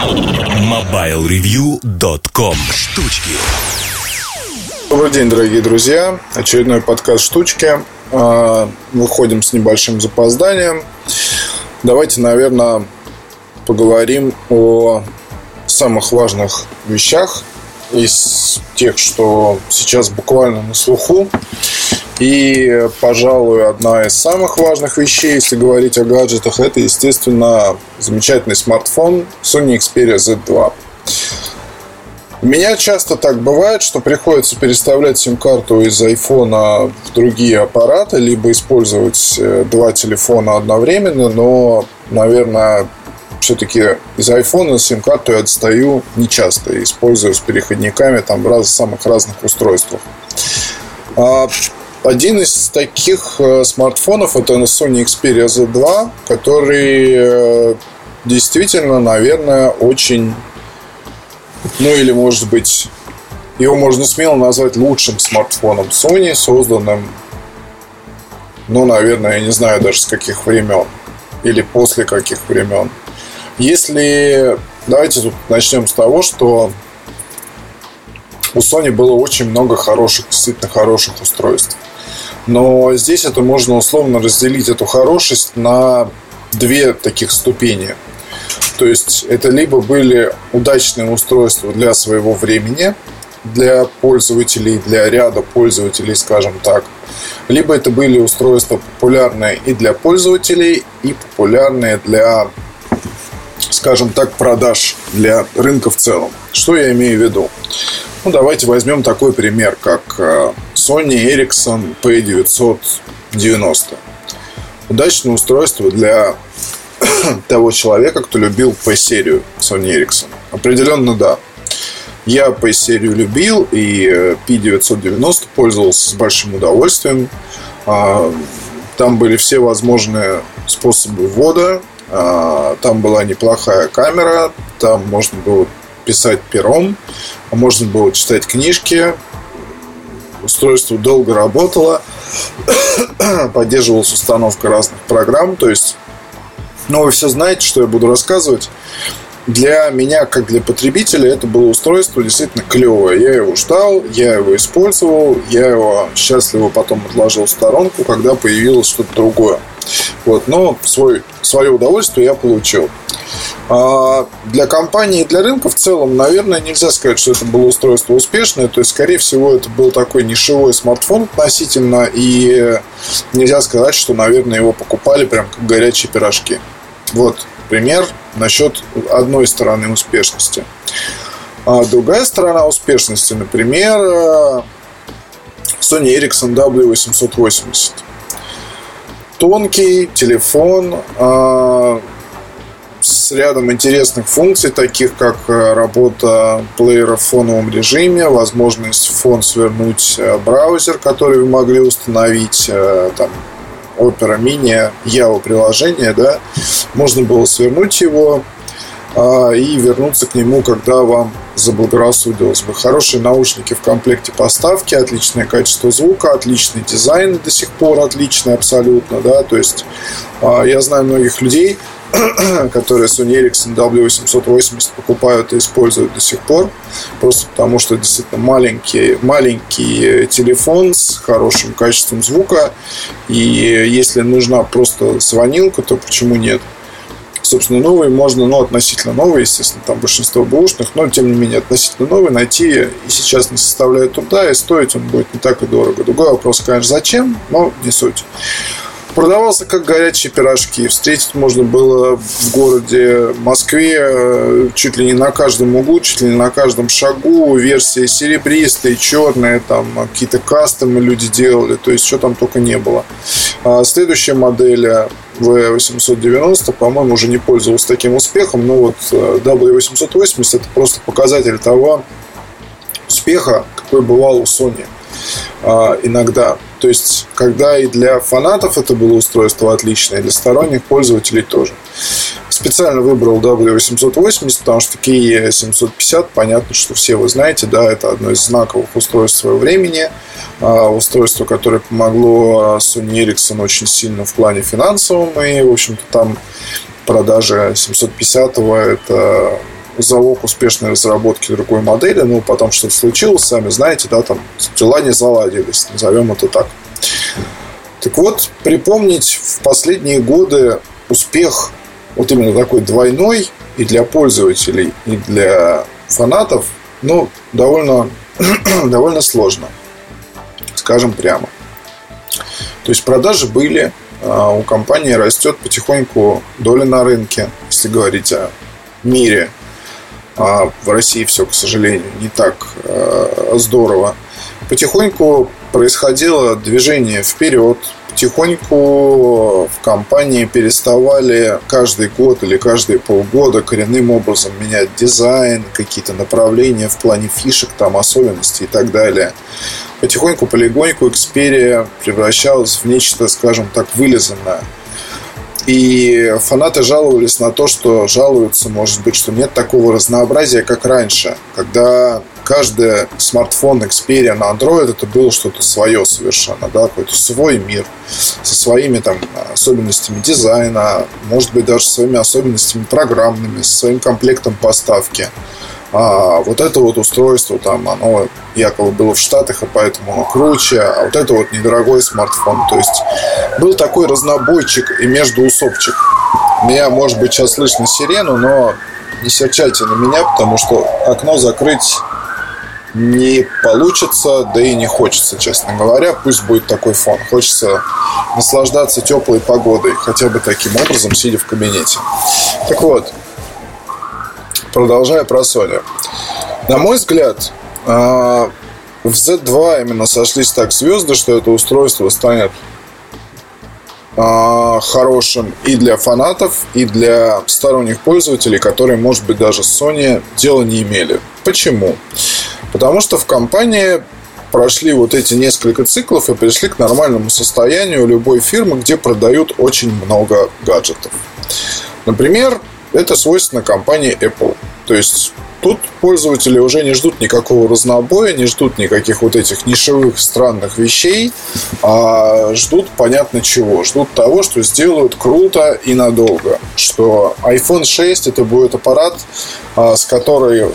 MobileReview.com. Штучки. Добрый день, дорогие друзья. Очередной подкаст «Штучки». Выходим с небольшим запозданием. Давайте, наверное, поговорим о самых важных вещах из тех, что сейчас буквально на слуху. И, пожалуй, одна из самых важных вещей, если говорить о гаджетах, это, естественно, замечательный смартфон Sony Xperia Z2. У меня часто так бывает, что приходится переставлять сим-карту из iPhone в другие аппараты, либо использовать два телефона одновременно, но, наверное, все-таки из iPhone сим-карту я достаю нечасто, использую с переходниками там в самых разных устройствах. Один из таких смартфонов — это Sony Xperia Z2, который действительно, наверное, очень... или, может быть, его можно смело назвать лучшим смартфоном Sony, созданным, наверное, я не знаю даже с каких времен или после каких времен. Давайте тут начнем с того, что у Sony было очень много действительно хороших устройств. Но здесь это можно условно разделить, эту хорошесть, на две таких ступени. То есть это либо были удачные устройства для своего времени, для пользователей, для ряда пользователей, скажем так, либо это были устройства популярные и для пользователей, и популярные для, скажем так, продаж, для рынка в целом. Что я имею в виду? Давайте возьмем такой пример, как Sony Ericsson P990. Удачное устройство для того человека, кто любил P-серию Sony Ericsson. Определенно, да. Я P-серию любил, и P990 пользовался с большим удовольствием. Там были все возможные способы ввода. Там была неплохая камера. Там можно было писать пером, можно было читать книжки. Устройство долго работало. Поддерживалась установка разных программ. То есть, вы все знаете, что я буду рассказывать. Для меня, как для потребителя, это было устройство действительно клевое. Я его ждал, я его использовал, я его счастливо потом отложил в сторонку, когда появилось что-то другое. Но свое удовольствие я получил. Для компании и для рынка в целом, наверное, нельзя сказать, что это было устройство успешное. То есть, скорее всего, это был такой нишевой смартфон относительно. И нельзя сказать, что, наверное, его покупали прям как горячие пирожки. Пример насчет одной стороны успешности. Другая сторона успешности, например, Sony Ericsson W880. Тонкий телефон с рядом интересных функций, таких как работа плеера в фоновом режиме, возможность в фон свернуть браузер, который вы могли установить, там, Opera Mini, Yahoo приложение, да, можно было свернуть его и вернуться к нему, когда вам заблагорассудилось бы. Хорошие наушники в комплекте поставки, отличное качество звука, отличный дизайн, до сих пор отличный абсолютно, да, то есть я знаю многих людей, которые Sony Ericsson W880 покупают и используют до сих пор, просто потому что действительно маленький телефон с хорошим качеством звука, и если нужна просто звонилка, то почему нет? Собственно, новый можно, относительно новый, естественно, там большинство бэушных, но тем не менее относительно новый найти и сейчас не составляет труда, и стоить он будет не так и дорого. Другой вопрос, конечно, зачем, но не суть. Продавался как горячие пирожки. Встретить можно было в городе Москве чуть ли не на каждом углу, чуть ли не на каждом шагу. Версии серебристые, черные, там какие-то кастомы люди делали. То есть, что там только не было. Следующая модель V890, по-моему, уже не пользовалась таким успехом. Но W880 это просто показатель того успеха, какой бывал у Sony иногда. То есть, когда и для фанатов это было устройство отличное, и для сторонних пользователей тоже. Специально выбрал W880, потому что Key 750, понятно, что все вы знаете, да, это одно из знаковых устройств своего времени. Устройство, которое помогло Sony Ericsson очень сильно в плане финансовом. И, в общем-то, там продажи 750-го это залог успешной разработки другой модели. Ну, потом что-то случилось, сами знаете, да, там дела не заладились, назовем это так. Так вот, припомнить в последние годы успех вот именно такой двойной и для пользователей, и для фанатов, ну, довольно сложно, скажем прямо. То есть продажи были, у компании растет потихоньку доля на рынке, если говорить о мире. А в России все, к сожалению, не так здорово. Потихоньку происходило движение вперед. Потихоньку в компании переставали каждый год или каждые полгода коренным образом менять дизайн, какие-то направления в плане фишек, там, особенностей и так далее. Потихоньку, полегоньку Xperia превращалась в нечто, скажем так, вылизанное. И фанаты жаловались на то, что жалуются, может быть, что нет такого разнообразия, как раньше, когда каждый смартфон Xperia на Android это было что-то свое совершенно, да, какой-то свой мир со своими там особенностями дизайна, может быть, даже своими особенностями программными, со своим комплектом поставки. А вот это вот устройство там, оно якобы было в Штатах, и поэтому оно круче, а вот это вот недорогой смартфон. То есть был такой разнобойчик и междуусобчик. Меня, может быть, сейчас слышно сирену, но не серчайте на меня, потому что окно закрыть не получится, да и не хочется, честно говоря. Пусть будет такой фон. Хочется наслаждаться теплой погодой, хотя бы таким образом, сидя в кабинете. Так вот, продолжая про Sony. На мой взгляд, в Z2 именно сошлись так звезды, что это устройство станет хорошим и для фанатов, и для сторонних пользователей, которые, может быть, даже с Sony дела не имели. Почему? Потому что в компании прошли вот эти несколько циклов и пришли к нормальному состоянию любой фирмы, где продают очень много гаджетов. Например, это свойственно компании Apple. То есть тут пользователи уже не ждут никакого разнобоя, не ждут никаких вот этих нишевых странных вещей, а ждут понятно чего. Ждут того, что сделают круто и надолго. Что iPhone 6 это будет аппарат, который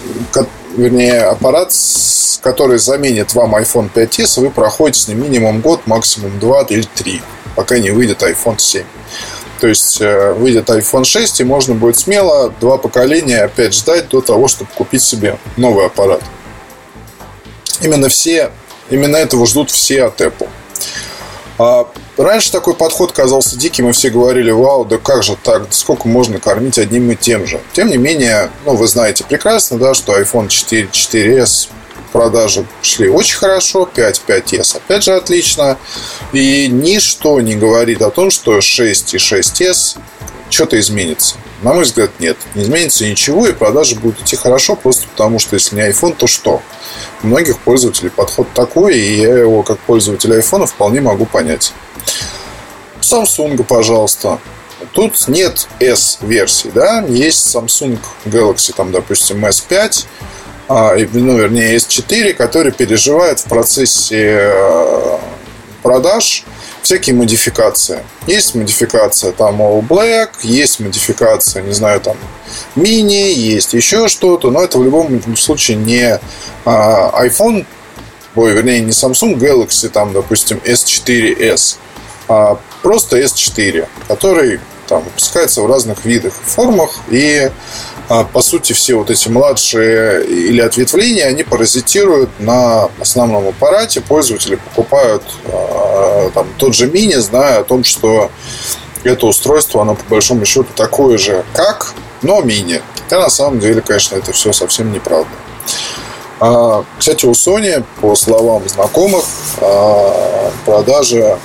заменит вам iPhone 5s, и вы проходите с ним минимум год, максимум 2 или 3, пока не выйдет iPhone 7. То есть выйдет iPhone 6, и можно будет смело 2 поколения опять ждать до того, чтобы купить себе новый аппарат. Именно этого ждут все от Apple. Раньше такой подход казался диким, и все говорили: вау, да как же так, сколько можно кормить одним и тем же. Тем не менее, вы знаете прекрасно, да, что iPhone 4, 4s продажи шли очень хорошо, 5, 5s опять же отлично. И ничто не говорит о том, что 6 и 6s что-то изменится. На мой взгляд, нет. Не изменится ничего, и продажи будут идти хорошо, просто потому что если не iPhone, то что? У многих пользователей подход такой, и я его как пользователь iPhone вполне могу понять. Samsung, пожалуйста. Тут нет S-версий, да? Есть Samsung Galaxy, там, допустим, S5, вернее, S4, который переживает в процессе продаж всякие модификации. Есть модификация там All Black, есть модификация, не знаю, там Mini, есть еще что-то, но это в любом случае не iPhone, не Samsung Galaxy, там, допустим, S4s, а просто S4, который там выпускается в разных видах и формах, и по сути все вот эти младшие или ответвления, они паразитируют на основном аппарате. Пользователи покупают там тот же мини, зная о том, что это устройство, оно по большому счету такое же, как, но мини. Хотя на самом деле, конечно, это все совсем неправда. Кстати, у Sony, по словам знакомых, продажи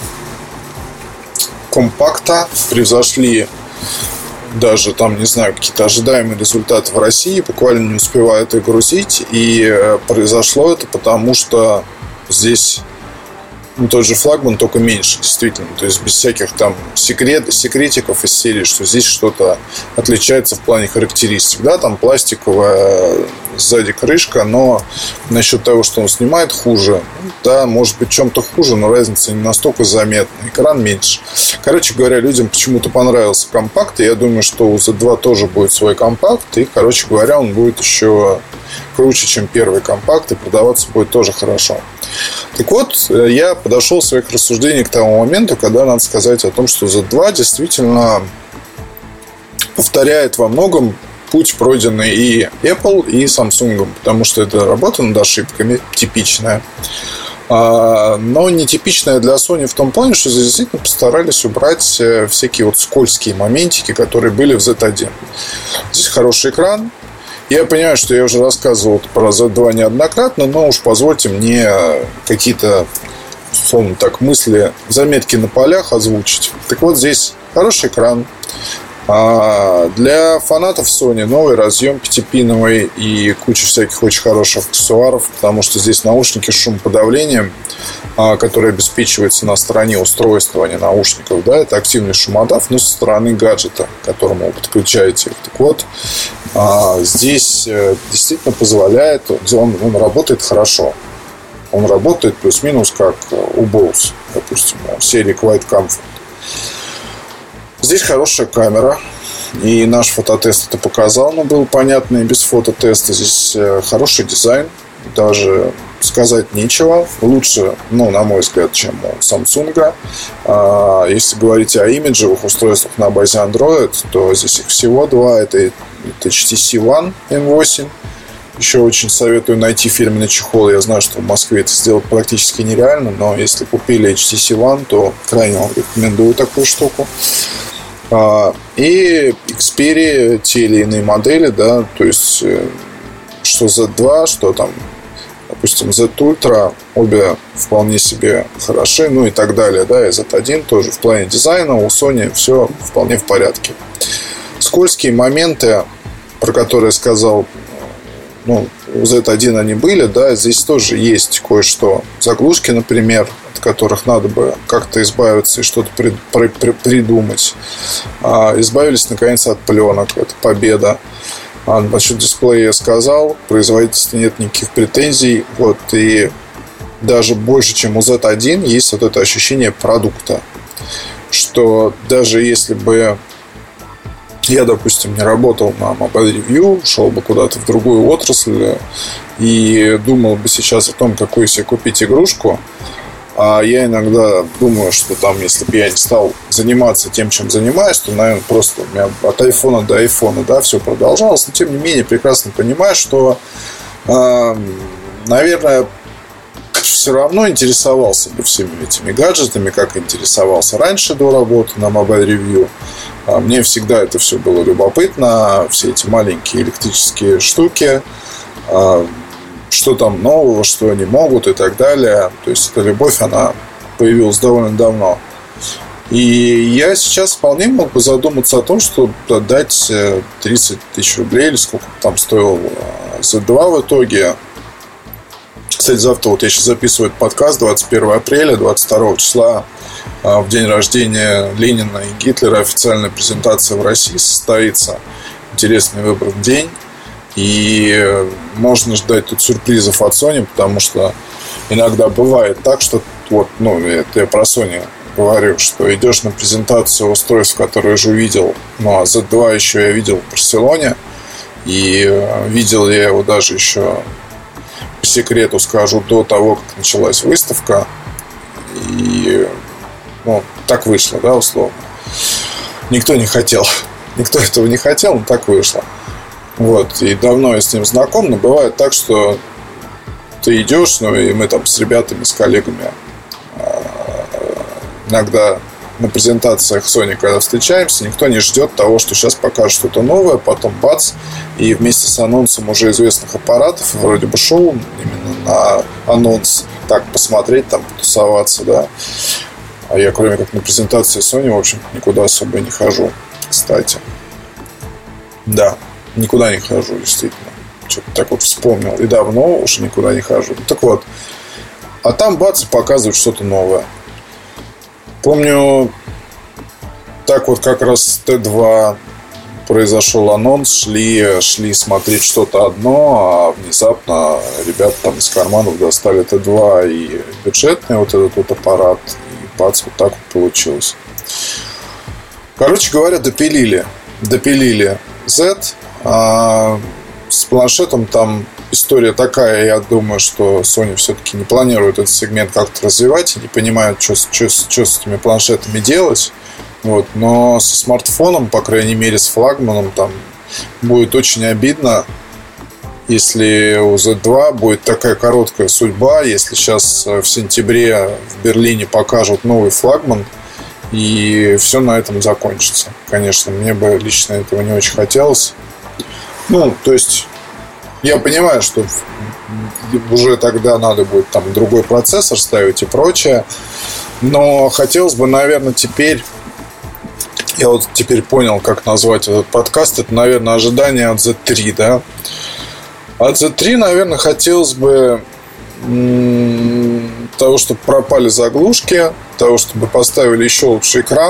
компакта превзошли даже там, не знаю, какие-то ожидаемые результаты в России, буквально не успевают их грузить. И произошло это потому, что здесь тот же флагман, только меньше, действительно. То есть без всяких там секретиков из серии, что здесь что-то отличается в плане характеристик. Да, там пластиковая сзади крышка, но насчет того, что он снимает хуже, да, может быть, в чем-то хуже, но разница не настолько заметна. Экран меньше. Короче говоря, людям почему-то понравился компакт, и я думаю, что у Z2 тоже будет свой компакт, и, короче говоря, он будет еще круче, чем первый компакт, и продаваться будет тоже хорошо. Так вот, я подошел в своих рассуждениях к тому моменту, когда надо сказать о том, что Z2 действительно повторяет во многом путь, пройденный и Apple, и Samsung, потому что это работа над ошибками типичная. Но нетипичная для Sony в том плане, что здесь действительно постарались убрать всякие вот скользкие моментики, которые были в Z1. Здесь хороший экран. Я понимаю, что я уже рассказывал про Z2 неоднократно, но уж позвольте мне какие-то, условно так, мысли, заметки на полях озвучить. Так вот, здесь хороший экран. Для фанатов Sony новый разъем 5-пиновый и куча всяких очень хороших аксессуаров, потому что здесь наушники с шумоподавлением, который обеспечивается на стороне устройства, а не наушников. Да, это активный шумодав, но со стороны гаджета, к которому вы подключаете их. Так вот, здесь действительно позволяет, он работает хорошо. Он работает плюс-минус как у Bose, допустим, у серии Quiet Comfort. Здесь хорошая камера, и наш фототест это показал, но было понятно и без фототеста. Здесь хороший дизайн, даже сказать нечего. Лучше, на мой взгляд, чем у Samsung. Если говорить о имиджевых устройствах на базе Android, то здесь их всего два. Это HTC One M8. Еще очень советую найти фирменный чехол. Я знаю, что в Москве это сделать практически нереально, но если купили HTC One, то крайне вам рекомендую такую штуку. И Xperia, те или иные модели, да, то есть что Z2, что там, допустим, Z Ultra, обе вполне себе хороши, и так далее, да, и Z1 тоже в плане дизайна у Sony все вполне в порядке. Скользкие моменты, про которые я сказал, у Z1 они были, да, здесь тоже есть кое-что. Заглушки, например, от которых надо бы как-то избавиться и что-то придумать. Избавились, наконец, от пленок. Это победа. Насчет дисплея я сказал. Производительности нет никаких претензий. Вот, и даже больше, чем у Z1, есть вот это ощущение продукта. Что даже если бы я, допустим, не работал на Mobile Review, шел бы куда-то в другую отрасль и думал бы сейчас о том, какую себе купить игрушку, а я иногда думаю, что там, если бы я не стал заниматься тем, чем занимаюсь, то, наверное, просто у меня от айфона до айфона, да, все продолжалось. Но, тем не менее, прекрасно понимаю, что, наверное, все равно интересовался бы всеми этими гаджетами, как интересовался раньше до работы на Mobile Review. Мне всегда это все было любопытно, все эти маленькие электрические штуки, что там нового, что они могут и так далее. То есть эта любовь, она появилась довольно давно. И я сейчас вполне мог бы задуматься о том, что отдать 30 тысяч рублей, или сколько там стоил Z2 в итоге. Кстати, завтра вот я сейчас записываю этот подкаст, 21 апреля, 22 числа, в день рождения Ленина и Гитлера, официальная презентация в России состоится. Интересный выбран день. И можно ждать тут сюрпризов от Sony, потому что иногда бывает так, что это я про Sony говорю, что идешь на презентацию устройств, которые уже увидел. А Z2 еще я видел в Барселоне. И видел я его даже еще, по секрету скажу, до того, как началась выставка. И так вышло, да, условно. Никто не хотел. Никто этого не хотел, но так вышло. Вот. И давно я с ним знаком, но бывает так, что ты идешь, и мы там с ребятами, с коллегами иногда на презентациях Sony, когда встречаемся, никто не ждет того, что сейчас покажут что-то новое, потом бац, и вместе с анонсом уже известных аппаратов, вроде бы шоу, именно на анонс, так посмотреть, там потусоваться, да. А я, кроме как на презентации Sony, в общем, никуда особо не хожу, кстати. Да, никуда не хожу, действительно. Что-то так вот вспомнил. И давно уже никуда не хожу. Так вот. А там бац, показывают что-то новое. Помню, так вот как раз Т2 произошел анонс, шли смотреть что-то одно, а внезапно ребята там из карманов достали Т2 и бюджетный вот этот вот аппарат, и бац, вот так вот получилось. Короче говоря, допилили Z, а с планшетом там история такая. Я думаю, что Sony все-таки не планирует этот сегмент как-то развивать и не понимают, что с этими планшетами делать. Вот. Но со смартфоном, по крайней мере с флагманом, там будет очень обидно, если у Z2 будет такая короткая судьба. Если сейчас в сентябре в Берлине покажут новый флагман, и все на этом закончится. Конечно, мне бы лично этого не очень хотелось. То есть я понимаю, что уже тогда надо будет там другой процессор ставить и прочее. Но хотелось бы, наверное, теперь... Я вот теперь понял, как назвать этот подкаст. Это, наверное, ожидание от Z3, да? От Z3, наверное, хотелось бы того, чтобы пропали заглушки, того, чтобы поставили еще лучший экран,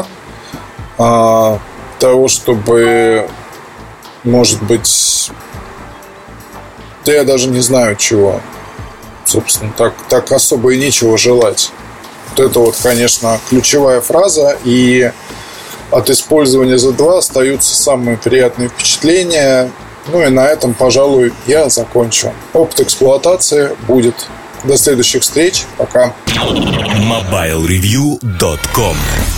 того, чтобы, может быть, да я даже не знаю чего. Собственно, так особо и нечего желать. Вот это вот, конечно, ключевая фраза. И от использования Z2 остаются самые приятные впечатления. И на этом, пожалуй, я закончу. Опыт эксплуатации будет. До следующих встреч. Пока. MobileReview.com